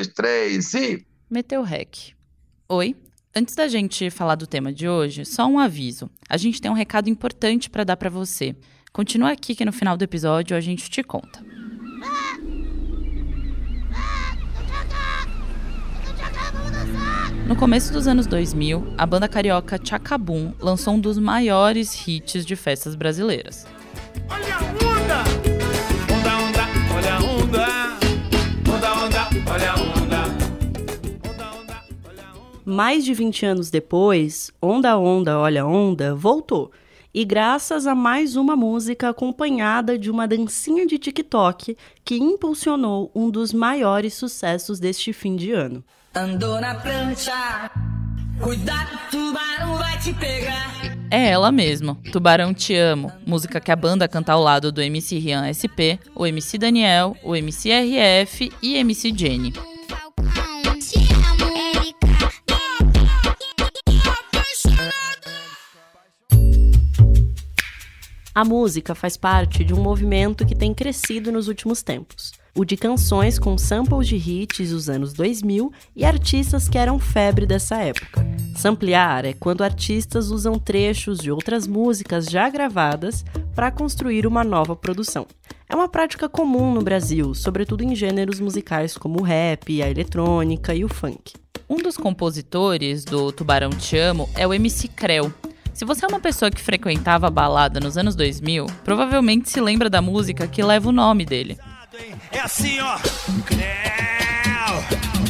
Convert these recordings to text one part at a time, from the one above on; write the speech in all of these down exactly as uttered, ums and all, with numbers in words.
dois, três e... Meteu o rec. Oi, antes da gente falar do tema de hoje, só um aviso. A gente tem um recado importante para dar para você. Continua aqui que no final do episódio a gente te conta. No começo dos anos dois mil, a banda carioca Tchacabum lançou um dos maiores hits de festas brasileiras. Olha a onda! Onda, onda, olha a onda! Onda, onda, olha a onda! Onda, onda, olha a onda! Mais de vinte anos depois, Onda, Onda, Olha a Onda voltou. E graças a mais uma música acompanhada de uma dancinha de TikTok que impulsionou um dos maiores sucessos deste fim de ano. Andou na prancha, cuidado, tubarão vai te pegar. É ela mesmo, Tubarão Te Amo, música que a banda canta ao lado do M C Rian S P, o M C Daniel, o M C R F e M C Jenny. A música faz parte de um movimento que tem crescido nos últimos tempos, o de canções com samples de hits dos anos dois mil e artistas que eram febre dessa época. Samplear é quando artistas usam trechos de outras músicas já gravadas para construir uma nova produção. É uma prática comum no Brasil, sobretudo em gêneros musicais como o rap, a eletrônica e o funk. Um dos compositores do Tubarão Te Amo é o M C Creu. Se você é uma pessoa que frequentava a balada nos anos dois mil, provavelmente se lembra da música que leva o nome dele. É assim, ó. Creu,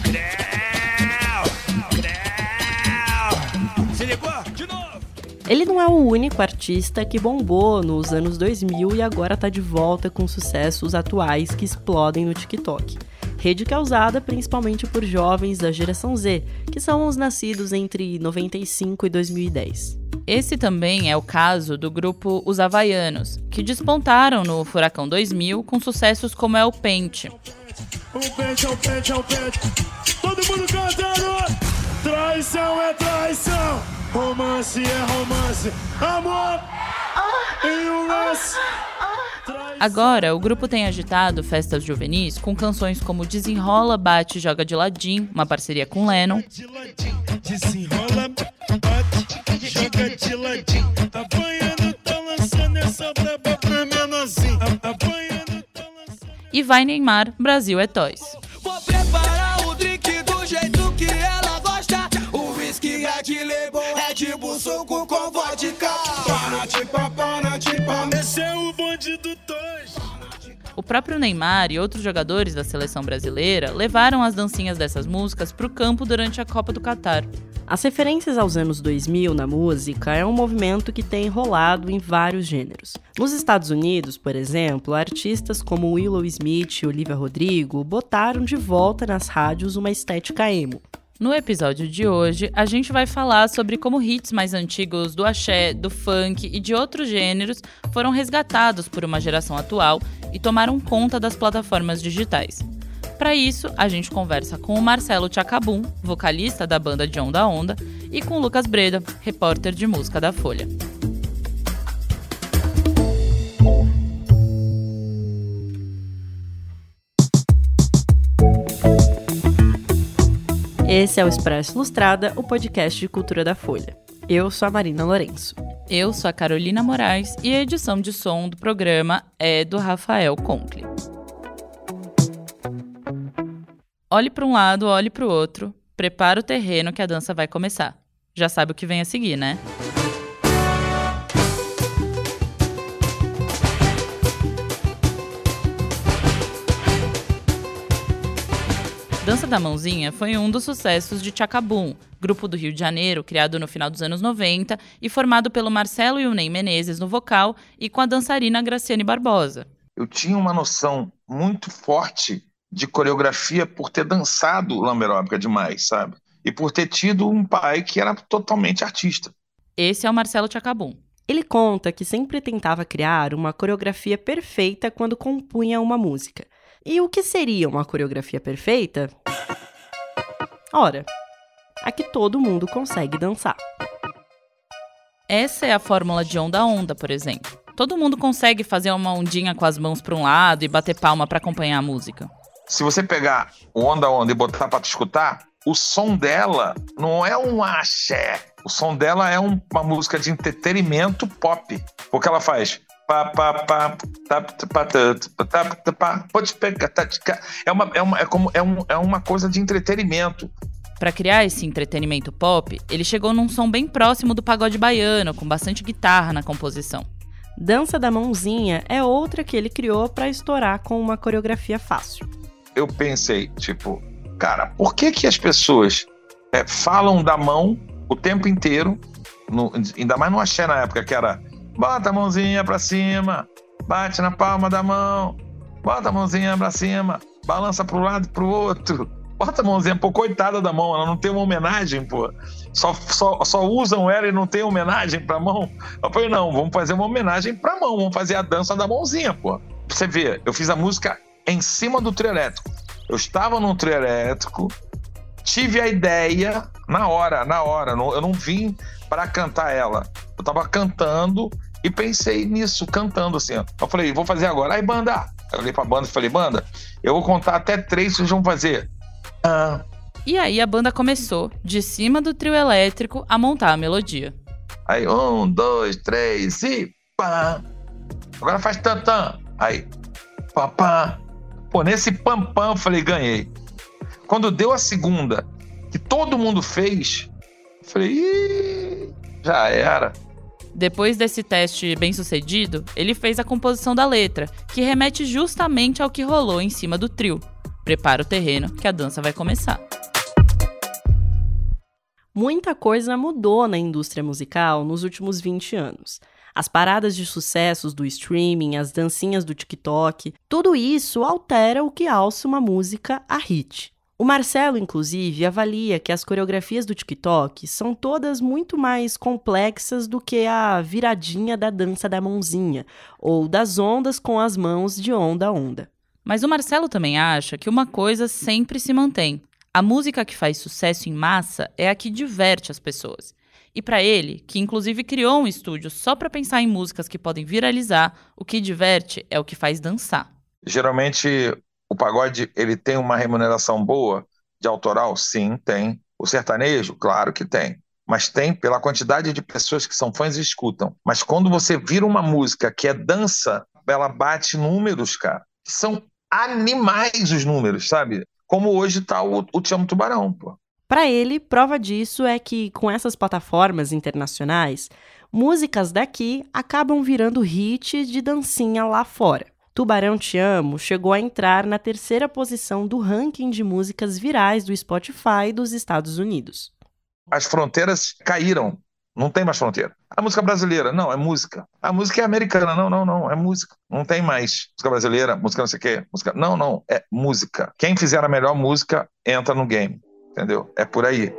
creu, creu. Se ligou? De novo. Ele não é o único artista que bombou nos anos dois mil e agora tá de volta com sucessos atuais que explodem no TikTok. Rede que é usada principalmente por jovens da geração Z, que são os nascidos entre noventa e cinco e dois mil e dez. Esse também é o caso do grupo Os Havaianos, que despontaram no Furacão dois mil com sucessos como é o Pente. O pente, o pente, o pente. Todo mundo cantando. Traição é traição. Romance é romance. Amor em um lance. Agora, o grupo tem agitado festas juvenis com canções como Desenrola, Bate, Joga de Ladinho, uma parceria com Lennon. Desenrola, bate, joga de ladinho. Apanhando, tá lançando essa braba pra menorzinho. Apanhando, tá lançando... E vai Neymar, Brasil é Toys. Vou preparar o drink do jeito que ela gosta. O whisky Red Label, Red Bull, suco com vodka. Para, tipa, para, tipa. Esse é o bonde do Toys. O próprio Neymar e outros jogadores da seleção brasileira levaram as dancinhas dessas músicas para o campo durante a Copa do Catar. As referências aos anos dois mil na música é um movimento que tem rolado em vários gêneros. Nos Estados Unidos, por exemplo, artistas como Willow Smith e Olivia Rodrigo botaram de volta nas rádios uma estética emo. No episódio de hoje, a gente vai falar sobre como hits mais antigos do axé, do funk e de outros gêneros foram resgatados por uma geração atual e tomaram conta das plataformas digitais. Para isso, a gente conversa com o Marcelo Tchacabum, vocalista da banda de Onda Onda, e com o Lucas Breda, repórter de música da Folha. Esse é o Expresso Ilustrada, o podcast de cultura da Folha. Eu sou a Marina Lourenço. Eu sou a Carolina Moraes e a edição de som do programa é do Rafael Conkle. Olhe para um lado, olhe para o outro, prepara o terreno que a dança vai começar. Já sabe o que vem a seguir, né? Dança da Mãozinha foi um dos sucessos de Tchacabum, grupo do Rio de Janeiro, criado no final dos anos noventa e formado pelo Marcelo e o Ney Menezes no vocal e com a dançarina Graciane Barbosa. Eu tinha uma noção muito forte de coreografia por ter dançado lamberóbica demais, sabe? E por ter tido um pai que era totalmente artista. Esse é o Marcelo Tchacabum. Ele conta que sempre tentava criar uma coreografia perfeita quando compunha uma música. E o que seria uma coreografia perfeita? Ora, a que todo mundo consegue dançar. Essa é a fórmula de Onda Onda, por exemplo. Todo mundo consegue fazer uma ondinha com as mãos para um lado e bater palma para acompanhar a música. se você pegar o Onda Onda e botar pra te escutar, o som dela não é um axé. O som dela é um, uma música de entretenimento pop. Porque ela faz... É uma, é uma, é como, é um, é uma coisa de entretenimento. Para criar esse entretenimento pop, ele chegou num som bem próximo do pagode baiano, com bastante guitarra na composição. Dança da Mãozinha é outra que ele criou para estourar com uma coreografia fácil. Eu pensei, tipo, cara, por que que as pessoas é, falam da mão o tempo inteiro, no, ainda mais no axé na época, que era bota a mãozinha pra cima, bate na palma da mão, bota a mãozinha pra cima, balança pro lado e pro outro, bota a mãozinha, pô, coitada da mão, ela não tem uma homenagem, pô, só, só, só usam ela e não tem homenagem pra mão. Eu falei, não, vamos fazer uma homenagem pra mão, vamos fazer a dança da mãozinha, pô. Pra você ver, eu fiz a música em cima do trio elétrico. Eu estava num trio elétrico, tive a ideia na hora, na hora, eu não vim pra cantar ela, eu tava cantando e pensei nisso, cantando assim, ó. Eu falei, vou fazer agora, aí banda, eu olhei pra banda e falei, banda, eu vou contar até três, vocês vão fazer. Ah. E aí a banda começou, de cima do trio elétrico, a montar a melodia. Aí, um, dois, três e pá. Agora faz tantã. Aí, pá, pá. Pô, nesse pam, pam, eu falei, ganhei. Quando deu a segunda, que todo mundo fez, eu falei, ih, já era. Depois desse teste bem sucedido, ele fez a composição da letra, que remete justamente ao que rolou em cima do trio. Prepara o terreno, que a dança vai começar. Muita coisa mudou na indústria musical nos últimos vinte anos. As paradas de sucessos do streaming, as dancinhas do TikTok, tudo isso altera o que alça uma música a hit. O Marcelo, inclusive, avalia que as coreografias do TikTok são todas muito mais complexas do que a viradinha da dança da mãozinha, ou das ondas com as mãos de onda a onda. Mas o Marcelo também acha que uma coisa sempre se mantém. A música que faz sucesso em massa é a que diverte as pessoas. E para ele, que inclusive criou um estúdio só para pensar em músicas que podem viralizar, o que diverte é o que faz dançar. Geralmente, o pagode ele tem uma remuneração boa de autoral? Sim, tem. O sertanejo? Claro que tem. Mas tem pela quantidade de pessoas que são fãs e escutam. Mas quando você vira uma música que é dança, ela bate números, cara. São animais os números, sabe? Como hoje tá o, o Te Amo Tubarão, pô. Para ele, prova disso é que, com essas plataformas internacionais, músicas daqui acabam virando hit de dancinha lá fora. Tubarão Te Amo chegou a entrar na terceira posição do ranking de músicas virais do Spotify dos Estados Unidos. As fronteiras caíram. Não tem mais fronteira. A música brasileira, não, é música. A música é americana, não, não, não, é música. Não tem mais música brasileira, música não sei o quê. Música... Não, não, é música. Quem fizer a melhor música entra no game, entendeu? É por aí.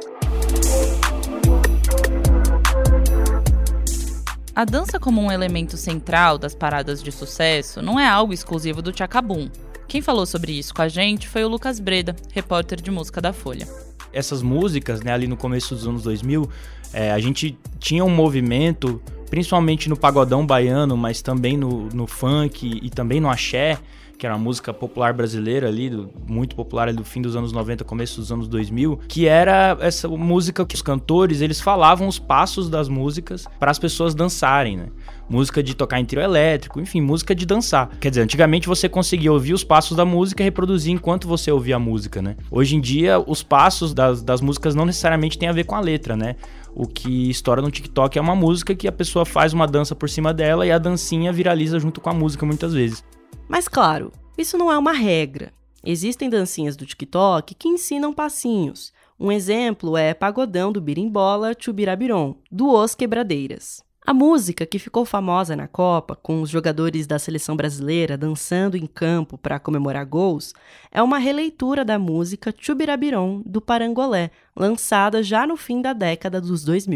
A dança como um elemento central das paradas de sucesso não é algo exclusivo do Tchacabum. Quem falou sobre isso com a gente foi o Lucas Breda, repórter de música da Folha. Essas músicas, né, ali no começo dos anos dois mil, é, a gente tinha um movimento, principalmente no pagodão baiano, mas também no, no funk e também no axé, que era uma música popular brasileira ali, do, muito popular ali do fim dos anos noventa, começo dos anos dois mil, que era essa música que os cantores, eles falavam os passos das músicas para as pessoas dançarem, né? Música de tocar em trio elétrico, enfim, música de dançar. Quer dizer, antigamente você conseguia ouvir os passos da música e reproduzir enquanto você ouvia a música, né? Hoje em dia, os passos das, das músicas não necessariamente têm a ver com a letra, né? O que estoura no TikTok é uma música que a pessoa faz uma dança por cima dela e a dancinha viraliza junto com a música muitas vezes. Mas claro, isso não é uma regra. Existem dancinhas do TikTok que ensinam passinhos. Um exemplo é Pagodão do Birimbola Chubirabiron, do Os Quebradeiras. A música, que ficou famosa na Copa, com os jogadores da seleção brasileira dançando em campo para comemorar gols, é uma releitura da música Chubirabiron, do Parangolé, lançada já no fim da década dos dois mil.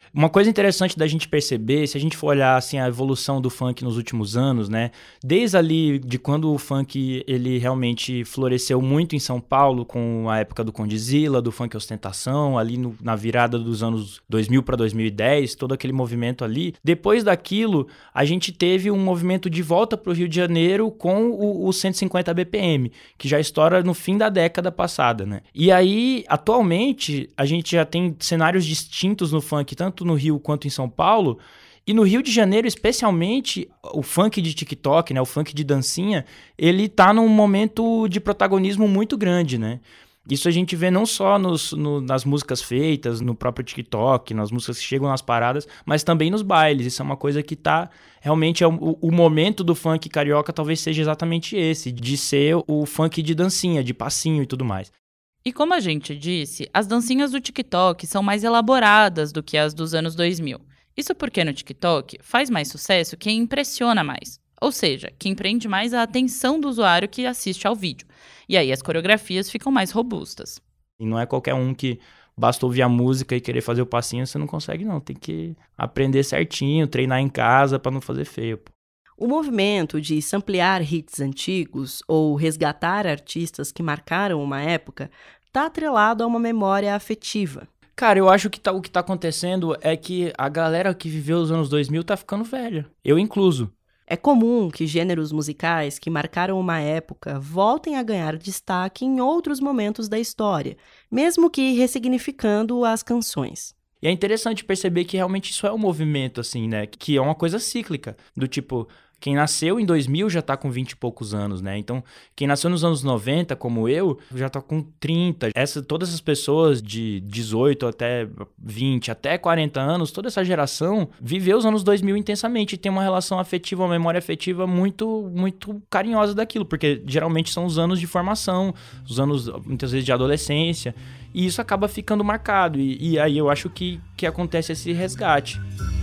Uma coisa interessante da gente perceber, se a gente for olhar assim, a evolução do funk nos últimos anos, né? Desde ali de quando o funk ele realmente floresceu muito em São Paulo, com a época do Condzilla, do funk ostentação, ali no, na virada dos anos dois mil para dois mil e dez, todo aquele movimento ali. Depois daquilo, a gente teve um movimento de volta para o Rio de Janeiro com o, o cento e cinquenta B P M, que já estoura no fim da década passada, né? E aí, atualmente, a gente já tem cenários distintos no funk, tanto no Rio quanto em São Paulo, e no Rio de Janeiro, especialmente, o funk de TikTok, né, o funk de dancinha, ele tá num momento de protagonismo muito grande, né? Isso a gente vê não só nos, no, nas músicas feitas, no próprio TikTok, nas músicas que chegam nas paradas, mas também nos bailes. Isso é uma coisa que tá... Realmente, é o, o momento do funk carioca talvez seja exatamente esse, de ser o funk de dancinha, de passinho e tudo mais. E como a gente disse, as dancinhas do TikTok são mais elaboradas do que as dos anos dois mil. Isso porque no TikTok faz mais sucesso quem impressiona mais. Ou seja, quem prende mais a atenção do usuário que assiste ao vídeo. E aí as coreografias ficam mais robustas. E não é qualquer um que basta ouvir a música e querer fazer o passinho, você não consegue não. Tem que aprender certinho, treinar em casa pra não fazer feio, pô. O movimento de samplear hits antigos ou resgatar artistas que marcaram uma época está atrelado a uma memória afetiva. Cara, eu acho que tá, o que tá acontecendo é que a galera que viveu os anos dois mil tá ficando velha. Eu incluso. É comum que gêneros musicais que marcaram uma época voltem a ganhar destaque em outros momentos da história, mesmo que ressignificando as canções. E é interessante perceber que realmente isso é um movimento, assim, né? Que é uma coisa cíclica, do tipo... Quem nasceu em dois mil já tá com vinte e poucos anos, né? Então, quem nasceu nos anos noventa, como eu, já tá com trinta. Essa, todas essas pessoas de dezoito até vinte, até quarenta anos, toda essa geração viveu os anos dois mil intensamente e tem uma relação afetiva, uma memória afetiva muito, muito carinhosa daquilo, porque geralmente são os anos de formação, os anos, muitas vezes, de adolescência, e isso acaba ficando marcado. E, e aí eu acho que, que acontece esse resgate.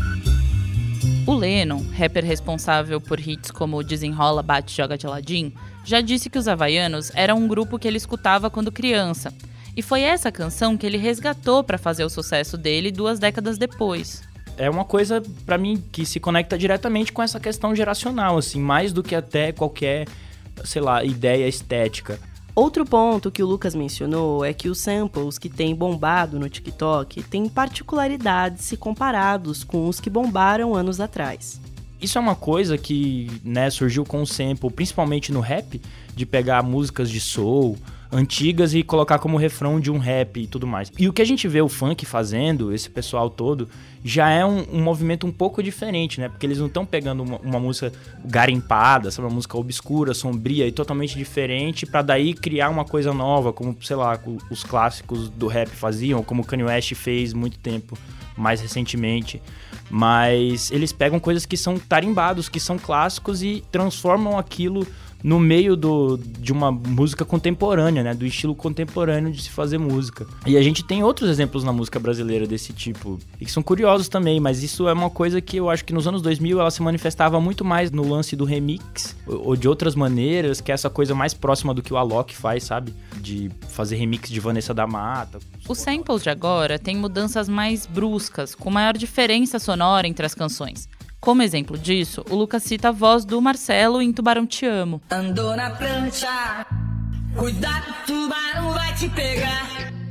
O Lennon, rapper responsável por hits como Desenrola, Bate, Joga de Ladinho, já disse que os Havaianos eram um grupo que ele escutava quando criança. E foi essa canção que ele resgatou para fazer o sucesso dele duas décadas depois. É uma coisa, pra mim, que se conecta diretamente com essa questão geracional, assim, mais do que até qualquer, sei lá, ideia estética. Outro ponto que o Lucas mencionou é que os samples que têm bombado no TikTok têm particularidades se comparados com os que bombaram anos atrás. Isso é uma coisa que, né, surgiu com o sample, principalmente no rap, de pegar músicas de soul antigas e colocar como refrão de um rap e tudo mais. E o que a gente vê o funk fazendo, esse pessoal todo, já é um, um movimento um pouco diferente, né? Porque eles não estão pegando uma, uma música garimpada, sabe? Uma música obscura, sombria e totalmente diferente pra daí criar uma coisa nova, como, sei lá, os clássicos do rap faziam, como o Kanye West fez muito tempo, mais recentemente. Mas eles pegam coisas que são tarimbados, que são clássicos e transformam aquilo no meio do, de uma música contemporânea, né? Do estilo contemporâneo de se fazer música. E a gente tem outros exemplos na música brasileira desse tipo, e que são curiosos também, mas isso é uma coisa que eu acho que nos anos dois mil ela se manifestava muito mais no lance do remix, ou de outras maneiras, que é essa coisa mais próxima do que o Alok faz, sabe? De fazer remix de Vanessa da Mata. Os samples de agora têm mudanças mais bruscas, com maior diferença sonora entre as canções. Como exemplo disso, o Lucas cita a voz do Marcelo em Tubarão Te Amo. Andou na prancha, cuidado, tubarão vai te pegar.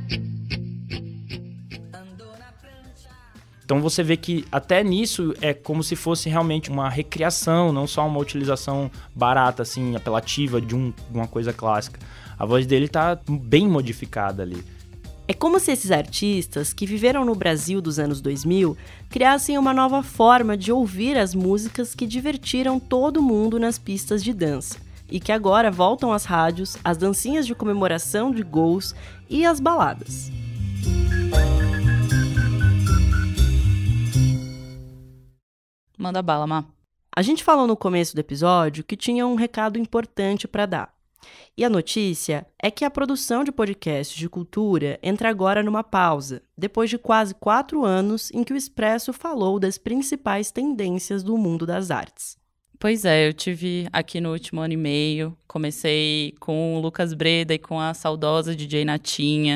Andou na prancha. Então você vê que até nisso é como se fosse realmente uma recriação, não só uma utilização barata, assim, apelativa de, um, de uma coisa clássica. A voz dele tá bem modificada ali. É como se esses artistas que viveram no Brasil dos anos dois mil criassem uma nova forma de ouvir as músicas que divertiram todo mundo nas pistas de dança e que agora voltam às rádios, às dancinhas de comemoração de gols e às baladas. Manda bala, Má. A gente falou no começo do episódio que tinha um recado importante para dar. E a notícia é que a produção de podcasts de cultura entra agora numa pausa, depois de quase quatro anos em que o Expresso falou das principais tendências do mundo das artes. Pois é, eu tive aqui no último ano e meio, comecei com o Lucas Breda e com a saudosa D J Natinha,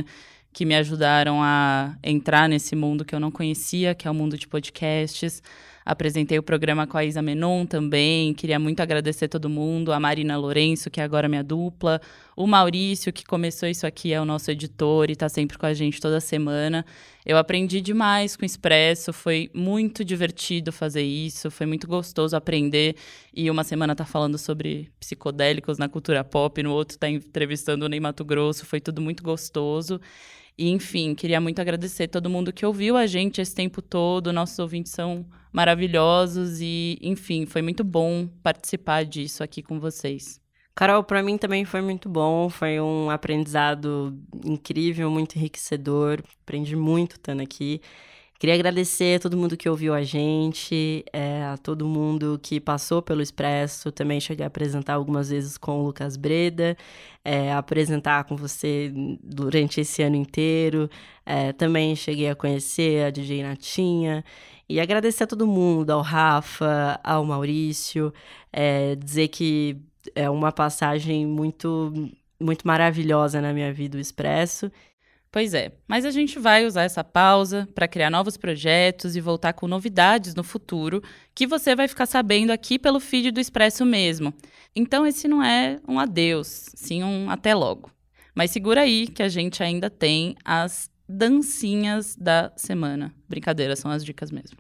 que me ajudaram a entrar nesse mundo que eu não conhecia, que é o mundo de podcasts. Apresentei o programa com a Isa Menon também, queria muito agradecer todo mundo, a Marina Lourenço, que é agora minha dupla, o Maurício, que começou isso aqui, é o nosso editor e está sempre com a gente toda semana. Eu aprendi demais com o Expresso, foi muito divertido fazer isso, foi muito gostoso aprender, e uma semana tá falando sobre psicodélicos na cultura pop, no outro tá entrevistando o Ney Matogrosso, foi tudo muito gostoso. E, enfim, queria muito agradecer todo mundo que ouviu a gente esse tempo todo. Nossos ouvintes são maravilhosos e, enfim, foi muito bom participar disso aqui com vocês. Carol, para mim também foi muito bom. Foi um aprendizado incrível, muito enriquecedor. Aprendi muito estando aqui. Queria agradecer a todo mundo que ouviu a gente, é, a todo mundo que passou pelo Expresso. Também cheguei a apresentar algumas vezes com o Lucas Breda, é, apresentar com você durante esse ano inteiro. É, também cheguei a conhecer a D J Natinha. E agradecer a todo mundo, ao Rafa, ao Maurício. É, dizer que é uma passagem muito, muito maravilhosa na minha vida, o Expresso. Pois é, mas a gente vai usar essa pausa para criar novos projetos e voltar com novidades no futuro, que você vai ficar sabendo aqui pelo feed do Expresso mesmo. Então esse não é um adeus, sim um até logo. Mas segura aí que a gente ainda tem as dancinhas da semana. Brincadeira, são as dicas mesmo.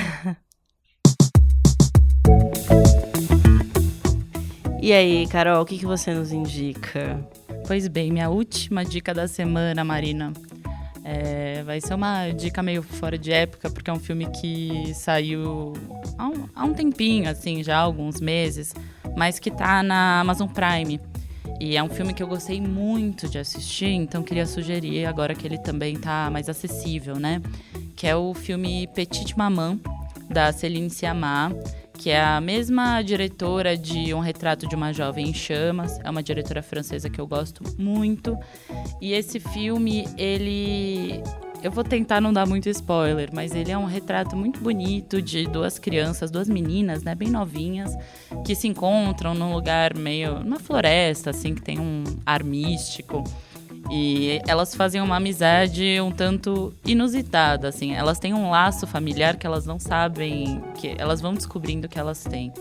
E aí, Carol, o que, que você nos indica? Pois bem, minha última dica da semana, Marina, é, vai ser uma dica meio fora de época, porque é um filme que saiu há um, há um tempinho, assim, já há alguns meses, mas que tá na Amazon Prime. E é um filme que eu gostei muito de assistir, então queria sugerir agora que ele também tá mais acessível, né? Que é o filme Petite Maman, da Céline Sciamma, que é a mesma diretora de Um Retrato de uma Jovem em Chamas. É uma diretora francesa que eu gosto muito. E esse filme, ele... Eu vou tentar não dar muito spoiler, mas ele é um retrato muito bonito de duas crianças, duas meninas, né, bem novinhas, que se encontram num lugar meio... numa floresta, assim, que tem um ar místico. E elas fazem uma amizade um tanto inusitada, assim. Elas têm um laço familiar que elas não sabem, que elas vão descobrindo que elas têm.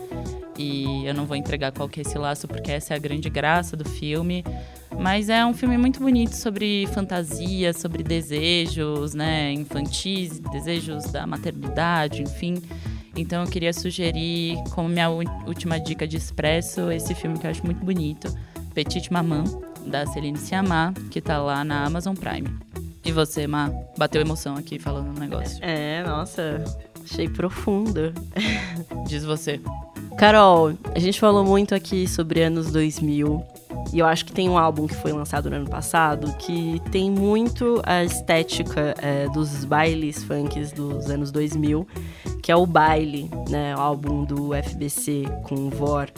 E eu não vou entregar qual que é esse laço, porque essa é a grande graça do filme. Mas é um filme muito bonito sobre fantasia, sobre desejos, né, infantis, desejos da maternidade, enfim. Então eu queria sugerir, como minha última dica de Expresso, esse filme que eu acho muito bonito, Petite Maman, da Céline Sciamma, que tá lá na Amazon Prime. E você, Má? Bateu emoção aqui falando um negócio. É, nossa, achei profundo. Diz você. Carol, a gente falou muito aqui sobre anos dois mil, e eu acho que tem um álbum que foi lançado no ano passado que tem muito a estética é, dos bailes funks dos anos dois mil, que é o Baile, né, o álbum do F B C com o Vor.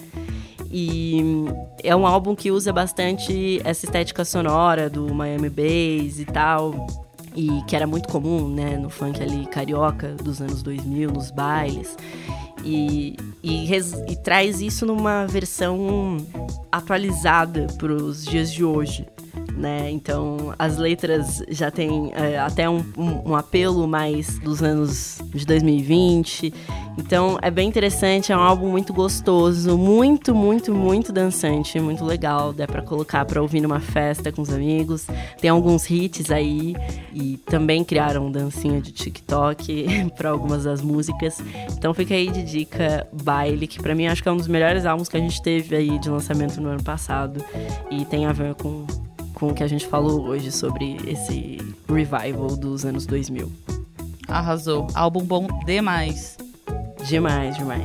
E é um álbum que usa bastante essa estética sonora do Miami Bass e tal, e que era muito comum, né, no funk ali carioca dos anos dois mil, nos bailes. E, e, res, e traz isso numa versão atualizada para os dias de hoje, né? Então, as letras já têm é, até um, um, um apelo mais dos anos de dois mil e vinte. Então, é bem interessante, é um álbum muito gostoso, muito, muito, muito dançante, muito legal. Dá pra colocar pra ouvir numa festa com os amigos. Tem alguns hits aí e também criaram dancinha de TikTok pra algumas das músicas. Então, fica aí de dica Baile, que pra mim acho que é um dos melhores álbuns que a gente teve aí de lançamento no ano passado. E tem a ver com... com o que a gente falou hoje sobre esse revival dos anos dois mil. Arrasou. Álbum bom demais. Demais, demais.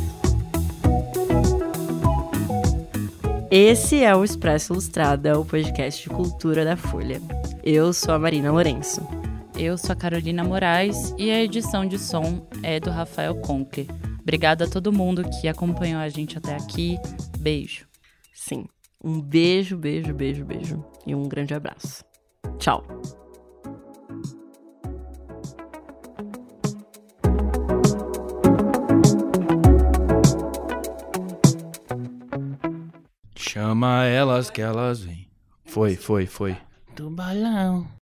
Esse é o Expresso Ilustrada, o podcast de cultura da Folha. Eu sou a Marina Lourenço. Eu sou a Carolina Moraes e a edição de som é do Rafael Conker. Obrigada a todo mundo que acompanhou a gente até aqui. Beijo. Sim. Um beijo, beijo, beijo, beijo. E um grande abraço. Tchau. Chama elas que elas vêm. Foi, foi, foi. Do balão.